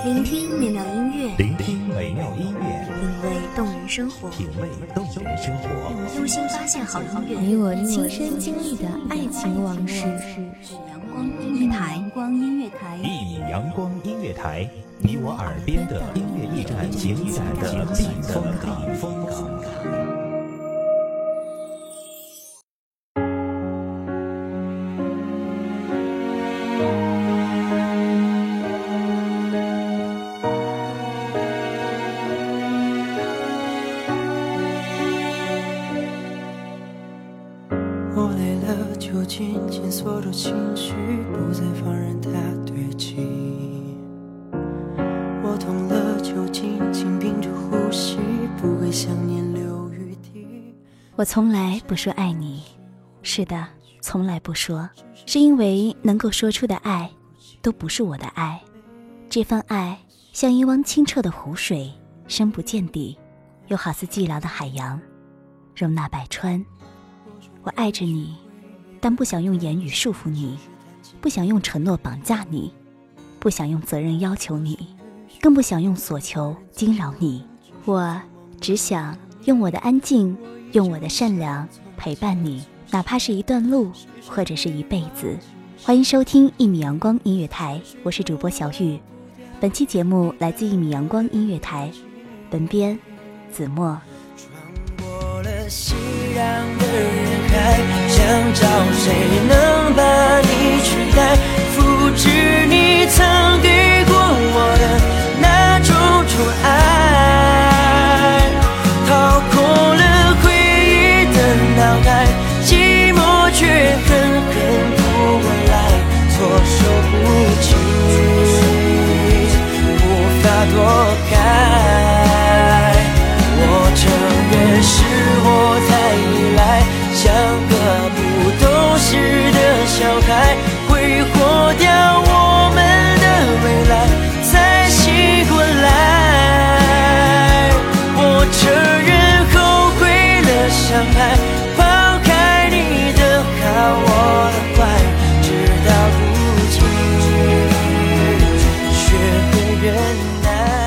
聆听美妙音乐， 聆听美妙音乐， 品味动人生活，用心发现好音乐， 你我亲身经历的爱情往事。 阳光音乐台一米阳光音乐台，你我耳边的音乐驿站，情感的避风港。 我累了，就紧紧锁住情绪，不再放任它堆积。我痛了，就紧紧屏住呼吸，不会想念流雨滴。 我从来不说爱你，是的，从来不说，是因为能够说出的爱都不是我的爱。这份爱像一汪清澈的湖水，深不见底，又好似寂寥的海洋，容纳百川。我爱着你，但不想用言语束缚你，不想用承诺绑架你，不想用责任要求你，更不想用所求惊扰你。我只想用我的安静，用我的善良陪伴你，哪怕是一段路，或者是一辈子。欢迎收听一米阳光音乐台，我是主播小玉。本期节目来自一米阳光音乐台，本编子墨。 熙攘的人海，想找谁能把你取代，复制你曾给过我的那种宠爱，掏空了回忆的脑海，寂寞却狠狠扑过来，措手不及，无法躲开。我承认是我太依赖，像个不懂事的小孩，挥霍掉我们的未来，才醒过来。我承认后悔了，伤害，抛开你的好，我的坏，直到如今学会忍耐。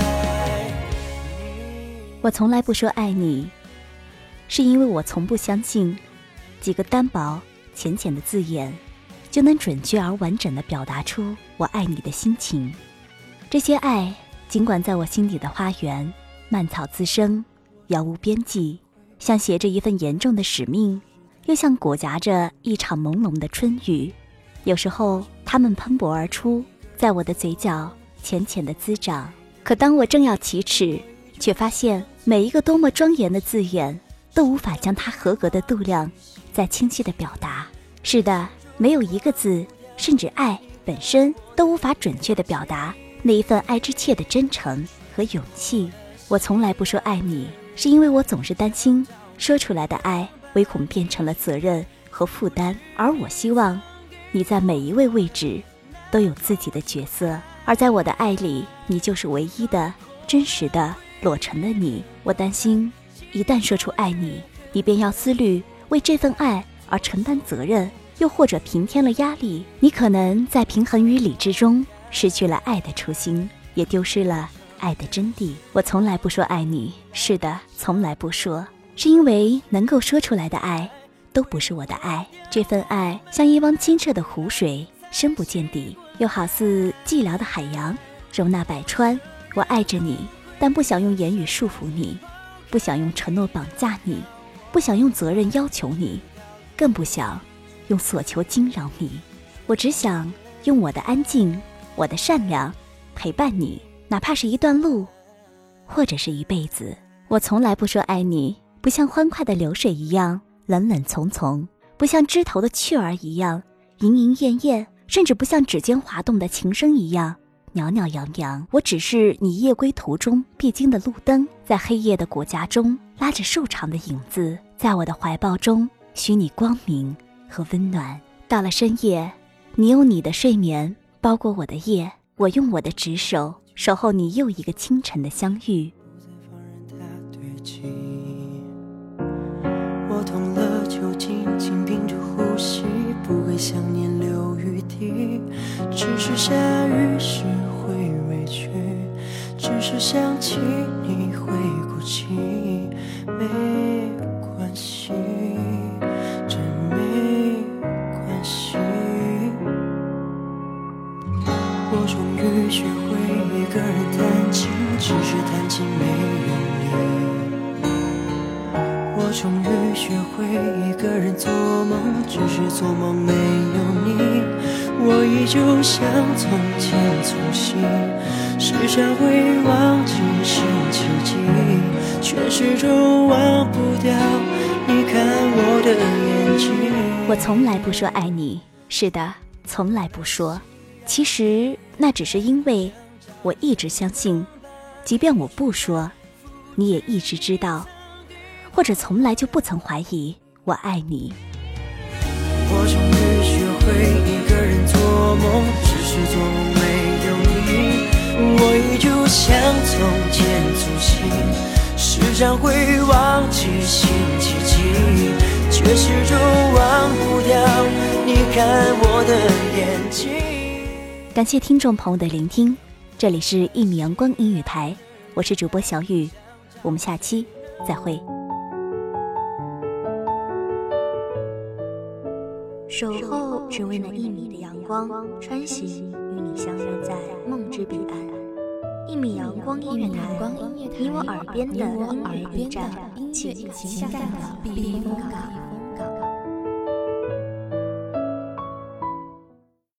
我从来不说爱你，是因为我从不相信几个单薄浅浅的字眼就能准确而完整地表达出我爱你的心情。这些爱尽管在我心底的花园蔓草滋生，杳无边际，像携着一份严重的使命，又像裹挟着一场朦胧的春雨。有时候它们喷薄而出，在我的嘴角浅浅地滋长，可当我正要启齿，却发现每一个多么庄严的字眼都无法将它合格的度量再清晰地表达。是的，没有一个字，甚至爱本身都无法准确地表达那一份爱之切的真诚和勇气。我从来不说爱你，是因为我总是担心说出来的爱唯恐变成了责任和负担，而我希望你在每一位位置都有自己的角色，而在我的爱里，你就是唯一的真实的裸成的你。我担心一旦说出爱你，你便要思虑为这份爱而承担责任，又或者平添了压力，你可能在平衡与理智中失去了爱的初心，也丢失了爱的真谛。我从来不说爱你，是的，从来不说，是因为能够说出来的爱都不是我的爱。这份爱像一汪清澈的湖水，深不见底，又好似寂寥的海洋，容纳百川。我爱着你，但不想用言语束缚你，不想用承诺绑架你，不想用责任要求你，更不想用所求惊扰你。我只想用我的安静，我的善良陪伴你，哪怕是一段路，或者是一辈子。我从来不说爱你，不像欢快的流水一样冷冷从从，不像枝头的雀儿一样莺莺燕燕，甚至不像指尖滑动的琴声一样袅袅洋洋。我只是你夜归途中必经的路灯，在黑夜的果荚中拉着瘦长的影子，在我的怀抱中许你光明和温暖。到了深夜，你用你的睡眠包裹我的夜，我用我的执手守候你又一个清晨的相遇。 我痛了，就紧紧屏住呼吸，不会想念流雨滴，只是下雨时会委屈。 是想起你会哭泣，没关系，真没关系。我终于学会一个人弹琴，只是弹琴没有你。我终于学会一个人做梦，只是做梦没有你。我依旧像从前粗心，时常会忘记星期几，却始终忘不掉你看我的眼睛。 我从来不说爱你，是的，从来不说。其实那只是因为我一直相信，即便我不说，你也一直知道，或者从来就不曾怀疑我爱你。 我终于学会一个人做梦，只是做梦没有你。我依旧像从前粗心，时常会忘记星期几，却始终忘不掉你看我的眼睛。 感谢听众朋友的聆听，这里是一米阳光音乐台，我是主播小雨，我们下期再会。 守候只为那1米的阳光，穿行与你相约在梦之彼岸。1米阳光音乐台，你我耳边的音乐驿站，情感的避风港。